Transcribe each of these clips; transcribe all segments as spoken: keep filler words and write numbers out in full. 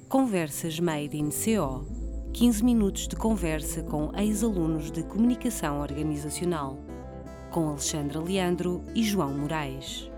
Conversas Made in C O. quinze minutos de conversa com ex-alunos de Comunicação Organizacional, com Alexandra Leandro e João Moraes.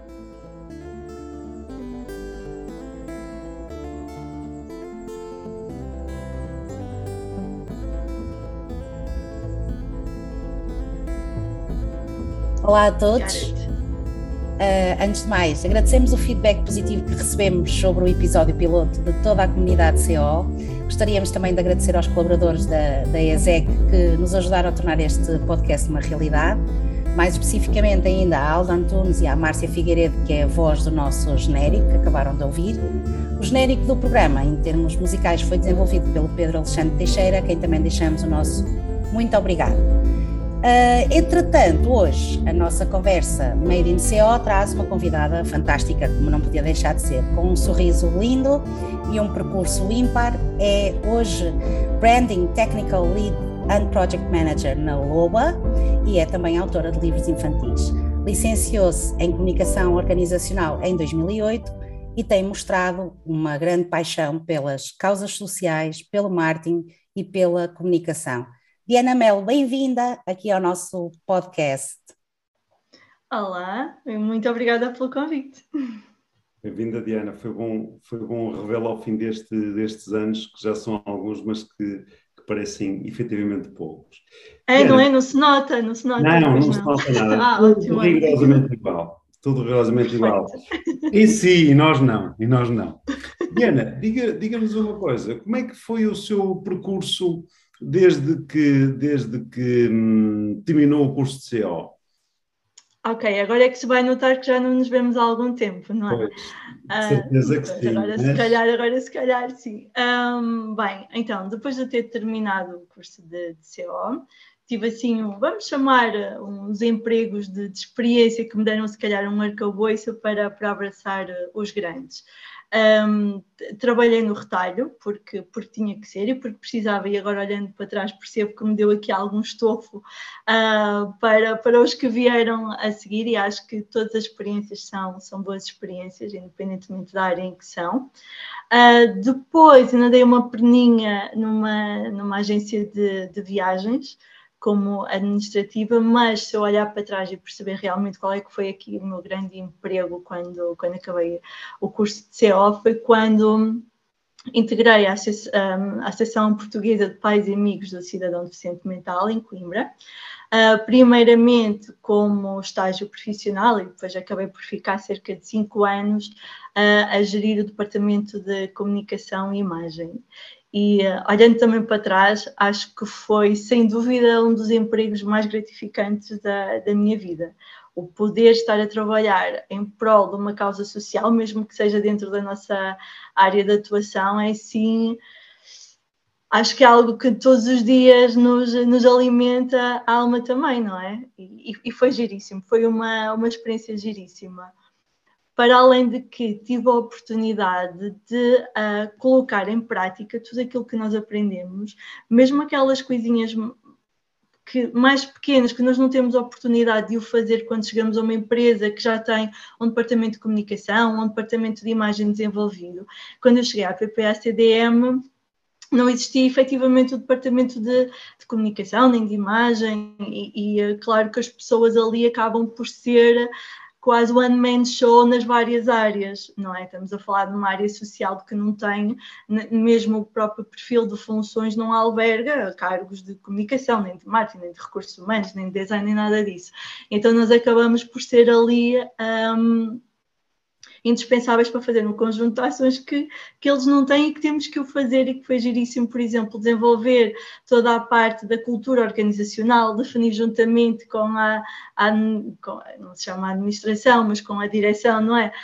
Olá a todos. Uh, antes de mais, agradecemos o feedback positivo que recebemos sobre o episódio piloto de toda a comunidade C O. Gostaríamos também de agradecer aos colaboradores da, da E S E C que nos ajudaram a tornar este podcast uma realidade. Mais especificamente ainda à Alda Antunes e à Márcia Figueiredo, que é a voz do nosso genérico, que acabaram de ouvir. O genérico do programa, em termos musicais, foi desenvolvido pelo Pedro Alexandre Teixeira, a quem também deixamos o nosso muito obrigado. Uh, entretanto, hoje a nossa conversa Made in C O traz uma convidada fantástica, como não podia deixar de ser, com um sorriso lindo e um percurso ímpar. É hoje Branding Technical Lead and Project Manager na Loba e é também autora de livros infantis. Licenciou-se em Comunicação Organizacional em dois mil e oito e tem mostrado uma grande paixão pelas causas sociais, pelo marketing e pela comunicação. Diana Melo, bem-vinda aqui ao nosso podcast. Olá, muito obrigada pelo convite. Bem-vinda, Diana. Foi bom, foi bom revê-la ao fim deste, destes anos, que já são alguns, mas que, que parecem efetivamente poucos. É, Diana, não é? Não se nota, não se nota. Não, não, não se nota nada. Ah, Tudo ótimo. rigorosamente igual. Tudo rigorosamente igual. E sim, e nós não, e nós não. Diana, diga, diga-nos uma coisa. Como é que foi o seu percurso desde que, desde que hum, terminou o curso de C O? Ok, agora é que se vai notar que já não nos vemos há algum tempo, não é? Pois, de certeza uh, que sim. Agora, mas... se calhar, agora se calhar sim. Um, bem, então, depois de eu ter terminado o curso de, de C O, tive assim, um, vamos chamar uns empregos de, de experiência que me deram se calhar um arcabouço para, para abraçar os grandes. Um, trabalhei no retalho porque, porque tinha que ser e porque precisava, e agora olhando para trás percebo que me deu aqui algum estofo uh, para, para os que vieram a seguir, e acho que todas as experiências são, são boas experiências, independentemente da área em que são. Uh, depois ainda dei uma perninha numa, numa agência de, de viagens como administrativa, mas se eu olhar para trás e perceber realmente qual é que foi aqui o meu grande emprego quando, quando acabei o curso de C O, foi quando integrei a Associação Portuguesa de Pais e Amigos do Cidadão Deficiente Mental em Coimbra, uh, primeiramente como estágio profissional, e depois acabei por ficar cerca de cinco anos uh, a gerir o Departamento de Comunicação e Imagem. E uh, olhando também para trás, acho que foi, sem dúvida, um dos empregos mais gratificantes da, da minha vida. O poder estar a trabalhar em prol de uma causa social, mesmo que seja dentro da nossa área de atuação, é sim, acho que é algo que todos os dias nos, nos alimenta a alma também, não é? E, e foi giríssimo, foi uma, uma experiência giríssima. Para além de que tive a oportunidade de uh, colocar em prática tudo aquilo que nós aprendemos, mesmo aquelas coisinhas que, mais pequenas, que nós não temos a oportunidade de o fazer quando chegamos a uma empresa que já tem um departamento de comunicação, um departamento de imagem desenvolvido. Quando eu cheguei à P P A C D M, não existia efetivamente o departamento de, de comunicação, nem de imagem, e, e claro que as pessoas ali acabam por ser quase one man show nas várias áreas, não é? Estamos a falar de uma área social que não tem, mesmo o próprio perfil de funções não alberga cargos de comunicação, nem de marketing, nem de recursos humanos, nem de design, nem nada disso. Então nós acabamos por ser ali um, indispensáveis para fazer um conjunto de ações que, que eles não têm e que temos que o fazer, e que foi giríssimo, por exemplo, desenvolver toda a parte da cultura organizacional, definir juntamente com a, a com, não se chama a administração, mas com a direção, não é?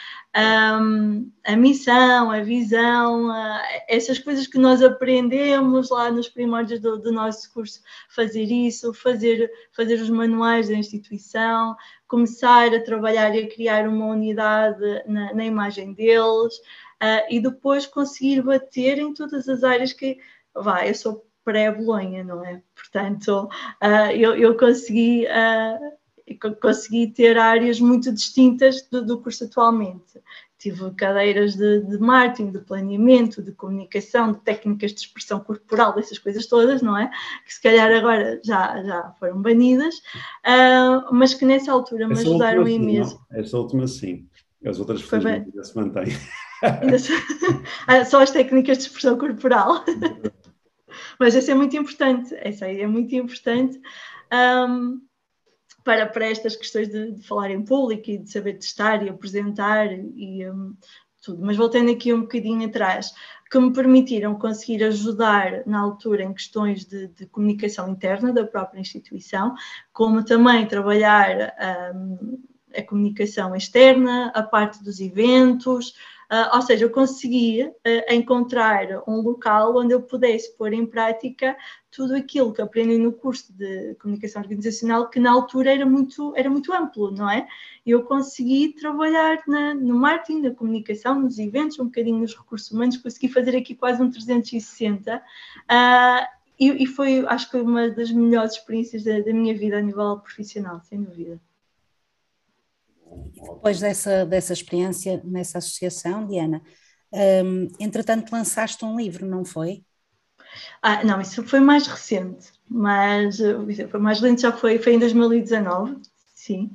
Um, a missão, a visão, uh, essas coisas que nós aprendemos lá nos primórdios do, do nosso curso, fazer isso, fazer, fazer os manuais da instituição, começar a trabalhar e a criar uma unidade na, na imagem deles, uh, e depois conseguir bater em todas as áreas que, vá, eu sou pré-Bolonha, não é? Portanto, uh, eu, eu consegui... Uh, consegui ter áreas muito distintas do, do curso atualmente. tive cadeiras de, de marketing, de planeamento, de comunicação, de técnicas de expressão corporal, dessas coisas todas, não é? Que se calhar agora já, já foram banidas, uh, mas que nessa altura me Essa ajudaram última, sim, imenso. não? Essa última sim, as outras Foi felizmente bem. ainda se mantêm. Ainda só, só as técnicas de expressão corporal. Mas essa é muito importante, essa aí é muito importante um, para, para estas questões de, de falar em público e de saber testar e apresentar e um, tudo. Mas voltando aqui um bocadinho atrás, que me permitiram conseguir ajudar na altura em questões de, de comunicação interna da própria instituição, como também trabalhar um, a comunicação externa, a parte dos eventos. Uh, ou seja, eu conseguia uh, encontrar um local onde eu pudesse pôr em prática tudo aquilo que aprendi no curso de comunicação organizacional, que na altura era muito, era muito amplo, não é? Eu consegui trabalhar na, no marketing, na comunicação, nos eventos, um bocadinho nos recursos humanos, consegui fazer aqui quase um trezentos e sessenta uh, e, e foi, acho que foi uma das melhores experiências da, da minha vida a nível profissional, sem dúvida. Depois dessa, dessa experiência nessa associação, Diana, um, entretanto lançaste um livro, não foi? Ah, não, isso foi mais recente, mas foi mais recente, já foi, foi em dois mil e dezanove, sim.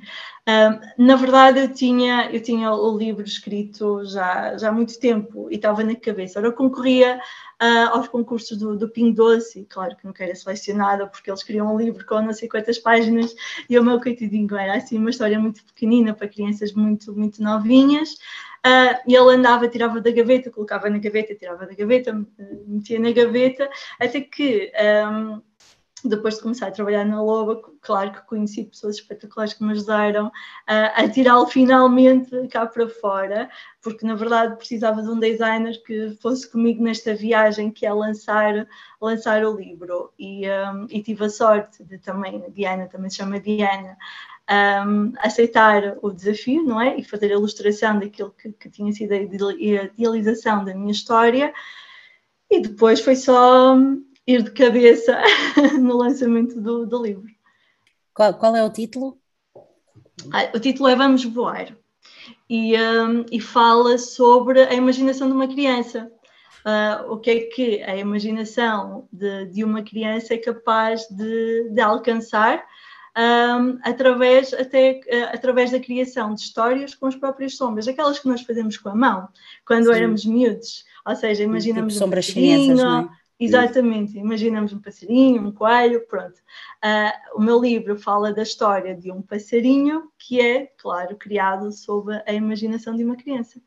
Um, na verdade, eu tinha, eu tinha o livro escrito já, já há muito tempo e estava na cabeça. Ora, eu concorria uh, aos concursos do, do Pingo Doce, e claro que nunca era selecionada porque eles queriam um livro com não sei quantas páginas e o meu coitadinho era assim uma história muito pequenina para crianças muito, muito novinhas. Uh, e ele andava, tirava da gaveta, colocava na gaveta, tirava da gaveta, metia na gaveta, até que um, depois de começar a trabalhar na Loba, claro que conheci pessoas espetaculares que me ajudaram uh, a tirá-lo finalmente cá para fora, porque na verdade precisava de um designer que fosse comigo nesta viagem que é lançar, lançar o livro. E, um, e tive a sorte de também, a Diana também se chama Diana, Um, aceitar o desafio, não é? E fazer a ilustração daquilo que, que tinha sido a idealização da minha história, e depois foi só ir de cabeça no lançamento do, do livro. Qual, qual é o título? Ah, o título é Vamos Voar, e, um, e fala sobre a imaginação de uma criança. Uh, o que é que a imaginação de, de uma criança é capaz de, de alcançar Um, através, até, uh, através da criação de histórias com as próprias sombras, aquelas que nós fazemos com a mão, quando Sim. éramos miúdos. Ou seja, imaginamos tipo um sombras passarinho, chinesas, não é? Exatamente, imaginamos um passarinho, um coelho, pronto. Uh, o meu livro fala da história de um passarinho que é, claro, criado sob a imaginação de uma criança.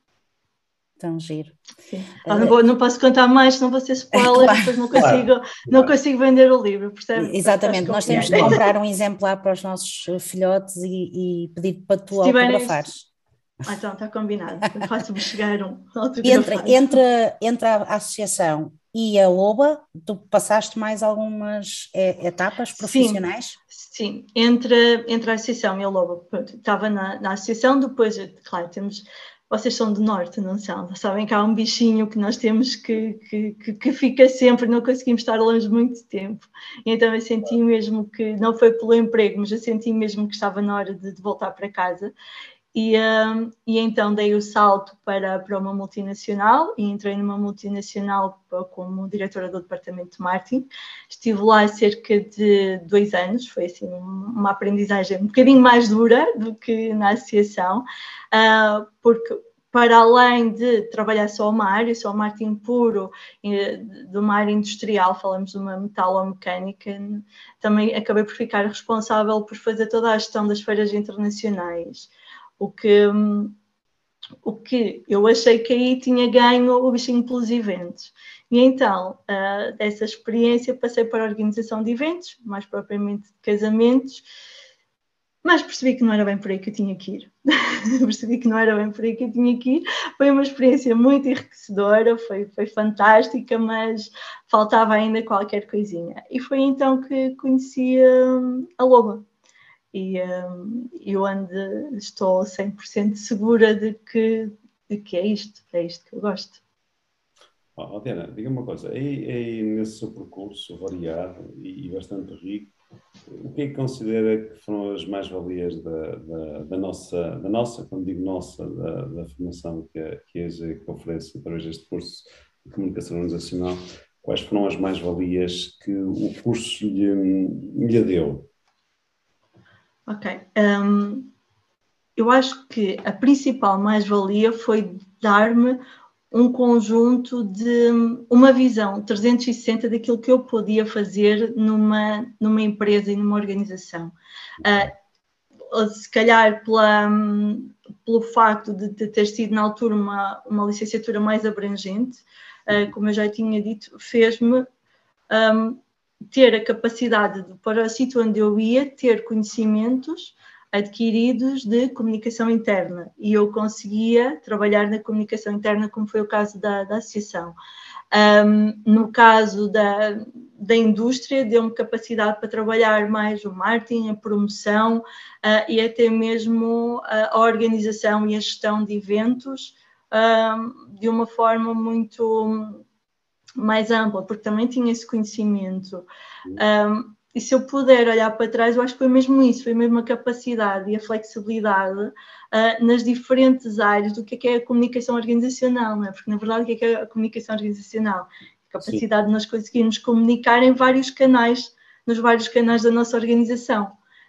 Tão giro. Sim. Ah, não, vou, não posso contar mais, senão vou ser spoiler, claro. Depois não consigo, claro. não consigo vender o livro, percebe? Exatamente, nós temos de comprar um exemplar para os nossos filhotes e, e pedir para tu autografares. Ah, então está combinado, faço-vos chegar um autografado. Entre, entre, entre a associação e a Loba, tu passaste mais algumas etapas profissionais? Sim, sim. Entre, entre a associação e a Loba, pronto, estava na, na associação, depois, claro, temos... Vocês são do norte, não são? Sabem que há um bichinho que nós temos que, que, que fica sempre, não conseguimos estar longe muito tempo. E então eu senti mesmo que, não foi pelo emprego, mas eu senti mesmo que estava na hora de, de voltar para casa. E, um, e então dei o salto para, para uma multinacional e entrei numa multinacional como diretora do departamento de marketing. Estive lá cerca de dois anos, foi assim uma aprendizagem um bocadinho mais dura do que na associação, uh, porque para além de trabalhar só uma área, só marketing puro, de uma área industrial, falamos de uma metalomecânica, também acabei por ficar responsável por fazer toda a gestão das feiras internacionais. O que, o que eu achei que aí tinha ganho o bichinho pelos eventos. E então, uh, dessa experiência, passei para a organização de eventos, mais propriamente de casamentos, mas percebi que não era bem por aí que eu tinha que ir. percebi que não era bem por aí que eu tinha que ir. Foi uma experiência muito enriquecedora, foi, foi fantástica, mas faltava ainda qualquer coisinha. E foi então que conheci uh, a Loba. E um, eu ando, estou cem por cento segura de que, de que é isto, é isto que eu gosto. Oh, Diana, diga-me uma coisa, aí, aí nesse seu percurso variado e, e bastante rico, O que é que considera que foram as mais-valias da, da, da, nossa, da nossa, quando digo nossa, da, da formação que a, que a EGEC oferece através deste curso de comunicação organizacional? Quais foram as mais-valias que o curso lhe, lhe deu? Ok. Um, eu acho que a principal mais-valia foi dar-me um conjunto de uma visão trezentos e sessenta daquilo que eu podia fazer numa, numa empresa e numa organização. Uh, se calhar pela, pelo facto de, de ter sido na altura uma, uma licenciatura mais abrangente, uh, como eu já tinha dito, fez-me um, ter a capacidade de, para o sítio onde eu ia, ter conhecimentos adquiridos de comunicação interna, e eu conseguia trabalhar na comunicação interna, como foi o caso da, da associação. Um, no caso da, da indústria, deu-me capacidade para trabalhar mais o marketing, a promoção uh, e até mesmo a, a organização e a gestão de eventos um, de uma forma muito mais ampla, porque também tinha esse conhecimento. Um, E se eu puder olhar para trás, eu acho que foi mesmo isso, foi mesmo a capacidade e a flexibilidade uh, nas diferentes áreas do que é, que é a comunicação organizacional, não é? Porque, na verdade, o que é, que é a comunicação organizacional? A capacidade Sim. de nós conseguirmos comunicar em vários canais, nos vários canais da nossa organização.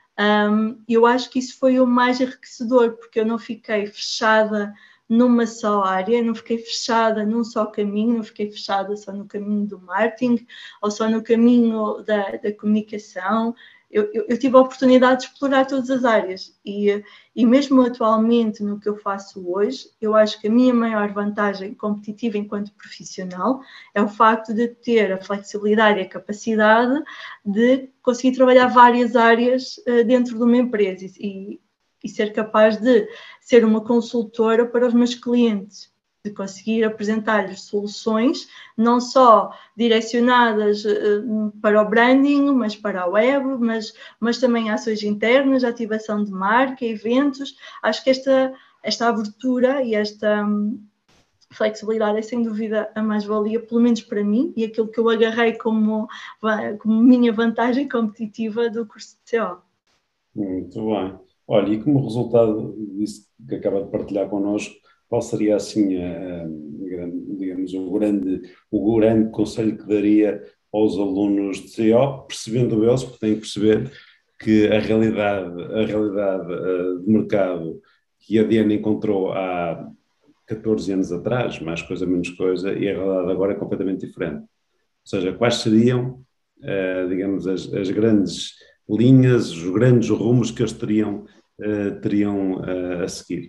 Um, eu acho que isso foi o mais enriquecedor, porque eu não fiquei fechada numa só área, não fiquei fechada num só caminho, não fiquei fechada só no caminho do marketing ou só no caminho da, da comunicação. Eu, eu, eu tive a oportunidade de explorar todas as áreas e, e mesmo atualmente no que eu faço hoje, eu acho que a minha maior vantagem competitiva enquanto profissional é o facto de ter a flexibilidade e a capacidade de conseguir trabalhar várias áreas uh, dentro de uma empresa e, e ser capaz de ser uma consultora para os meus clientes, de conseguir apresentar-lhes soluções, não só direcionadas uh, para o branding, mas para a web, mas, mas também ações internas, ativação de marca, eventos. Acho que esta, esta abertura e esta um, flexibilidade é sem dúvida a mais-valia, pelo menos para mim, e aquilo que eu agarrei como, como minha vantagem competitiva do curso de C O. Muito bem. Olha, e como resultado disso que acaba de partilhar connosco, qual seria assim, a, a, digamos, o grande, o grande conselho que daria aos alunos de C O, percebendo eles, porque têm que perceber que a realidade, a realidade uh, de mercado que a Diana encontrou há catorze anos atrás, mais coisa, menos coisa, e a realidade agora é completamente diferente. Ou seja, quais seriam, uh, digamos, as, as grandes linhas, os grandes rumos que eles teriam, uh, teriam uh, a seguir?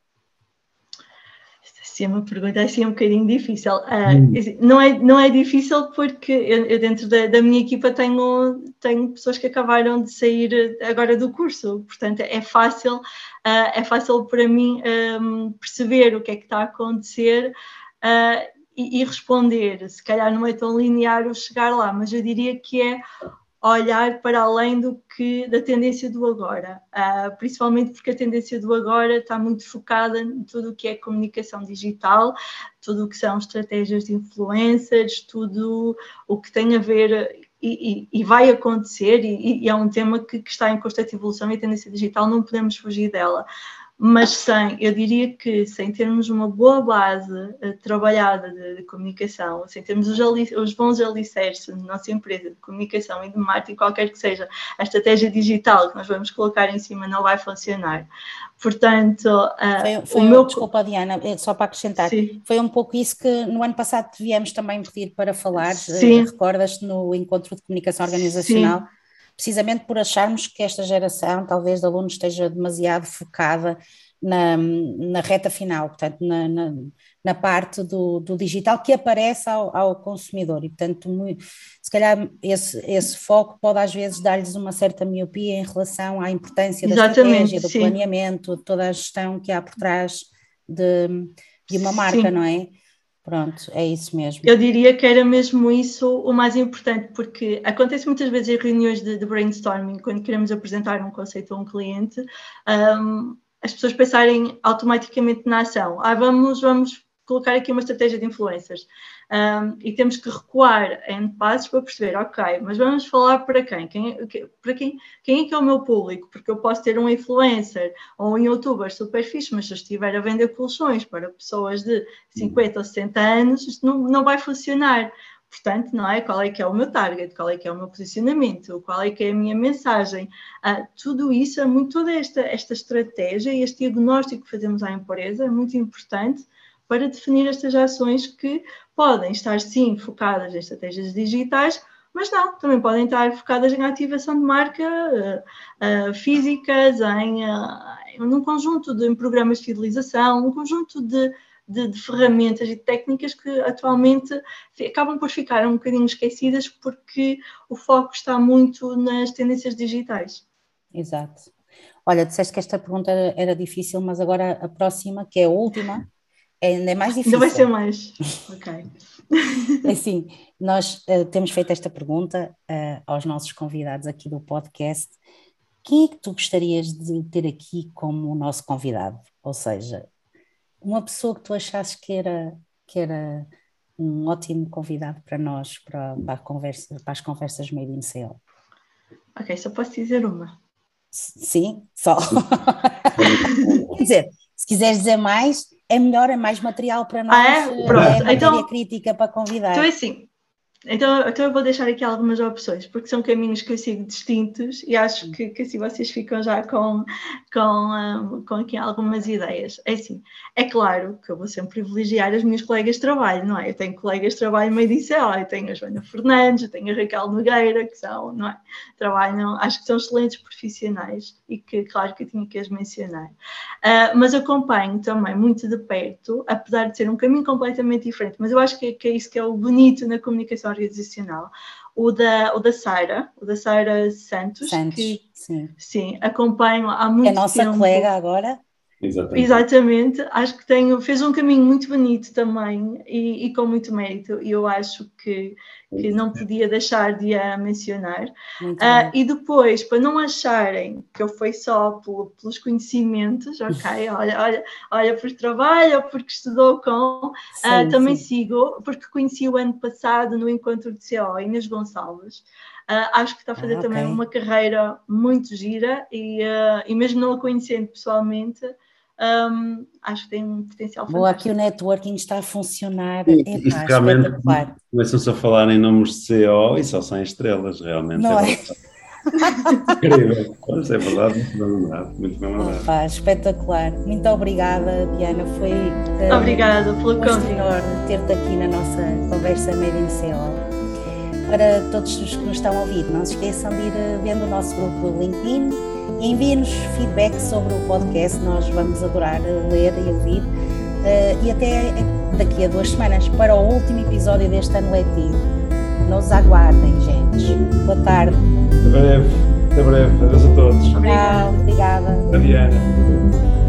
Sim, é uma pergunta assim um bocadinho difícil. Uh, hum. não, é, não é difícil porque eu, eu dentro da, da minha equipa tenho, tenho pessoas que acabaram de sair agora do curso, portanto é fácil, uh, é fácil para mim um, perceber o que é que está a acontecer uh, e, e responder. Se calhar não é tão linear o chegar lá, mas eu diria que é olhar para além do que, da tendência do agora, uh, principalmente porque a tendência do agora está muito focada em tudo o que é comunicação digital, tudo o que são estratégias de influencers, tudo o que tem a ver e, e, e vai acontecer e, e é um tema que, que está em constante evolução e a tendência digital não podemos fugir dela. Mas sem, eu diria que sem termos uma boa base uh, trabalhada de, de comunicação, sem termos os, ali, os bons alicerces da nossa empresa de comunicação e de marketing, qualquer que seja a estratégia digital que nós vamos colocar em cima, não vai funcionar. Portanto, uh, foi, foi o um, meu... Desculpa, Diana, só para acrescentar, Sim. Foi um pouco isso que no ano passado te viemos também pedir para falar, uh, recordas-te no encontro de comunicação organizacional, Sim. Precisamente por acharmos que esta geração, talvez de alunos, esteja demasiado focada na, na reta final, portanto, na, na, na parte do, do digital que aparece ao, ao consumidor e, portanto, muito, se calhar esse, esse foco pode às vezes dar-lhes uma certa miopia em relação à importância da Exatamente, estratégia, do sim. planeamento, de toda a gestão que há por trás de, de uma marca, sim. não é? Pronto, é isso mesmo. Eu diria que era mesmo isso o mais importante, porque acontece muitas vezes em reuniões de, de brainstorming, quando queremos apresentar um conceito a um cliente, um, as pessoas pensarem automaticamente na ação. Ah, vamos, vamos colocar aqui uma estratégia de influencers. Um, e temos que recuar em passos para perceber, ok, mas vamos falar para quem? quem, para quem, quem é que é o meu público? Porque eu posso ter um influencer ou um youtuber super fixe, mas se eu estiver a vender colchões para pessoas de cinquenta ou sessenta anos, isto não, não vai funcionar. Portanto, não é? Qual é que é o meu target? Qual é que é o meu posicionamento? Qual é que é a minha mensagem? Ah, tudo isso é muito, toda esta, esta estratégia e este diagnóstico que fazemos à empresa é muito importante para definir estas ações que podem estar, sim, focadas em estratégias digitais, mas não, também podem estar focadas em ativação de marca uh, uh, físicas, em, uh, num conjunto de em programas de fidelização, um conjunto de, de, de ferramentas e técnicas que atualmente acabam por ficar um bocadinho esquecidas porque o foco está muito nas tendências digitais. Exato. Olha, disseste que esta pergunta era, era difícil, mas agora a próxima, que é a última, ainda é mais difícil. Ainda vai ser mais. Ok. Assim, nós uh, temos feito esta pergunta uh, aos nossos convidados aqui do podcast. Quem é que tu gostarias de ter aqui como nosso convidado? Ou seja, uma pessoa que tu achasses que era, que era um ótimo convidado para nós, para, para, a conversa, para as conversas Made in C E O. Ok, só posso dizer uma. Sim, só. Quer dizer, se quiseres dizer mais, é melhor, é mais material para nós, ah, é? Pronto. É matéria então, crítica para convidar. Então é assim, então, então eu vou deixar aqui algumas opções, porque são caminhos que eu sigo distintos e acho que, que assim vocês ficam já com, com, um, com aqui algumas ideias. É assim, é claro que eu vou sempre privilegiar as minhas colegas de trabalho, não é? Eu tenho colegas de trabalho meio de C E O, eu tenho a Joana Fernandes, eu tenho a Raquel Nogueira, que são, não é? Trabalham, acho que são excelentes profissionais e que, claro que eu tinha que as mencionar. Uh, mas acompanho também muito de perto, apesar de ser um caminho completamente diferente, mas eu acho que, que é isso que é o bonito na comunicação organizacional, o da, o da Sara, o da Sara Santos, Santos, que sim. sim, acompanho há muito tempo. É a nossa tempo. colega agora. Exatamente. Exatamente, acho que tenho, fez um caminho muito bonito também e, e com muito mérito, e eu acho que, que não podia deixar de a mencionar. Uh, e depois, para não acharem que eu fui só por, pelos conhecimentos, ok, olha, olha, olha por trabalho ou porque estudou com, sim, uh, também sim. Sigo, porque conheci o ano passado no encontro de C E O, Inês Gonçalves. Uh, acho que está a fazer ah, também okay. uma carreira muito gira e, uh, e mesmo não a conhecendo pessoalmente, Um, acho que tem um potencial fantástico. Boa, aqui o networking está a funcionar. E, Epá, isto realmente começam-se a falar em nomes de C E O e só são estrelas, realmente. Não é? É? Incrível. Isso é verdade, muito bem lembrado. Muito bem lembrado. Opa, espetacular. Muito obrigada, Diana. Foi uh, obrigada pelo convite. enorme ter-te aqui na nossa conversa Made in C E O. Para todos os que nos estão a ouvir, não se esqueçam de ir vendo o nosso grupo do LinkedIn. Enviem-nos feedback sobre o podcast, nós vamos adorar ler e ouvir. Uh, e até daqui a duas semanas para o último episódio deste ano letivo. Nos aguardem, gente. Boa tarde. Até breve. Até breve. Adeus a todos. Obrigada. Obrigada. A Diana.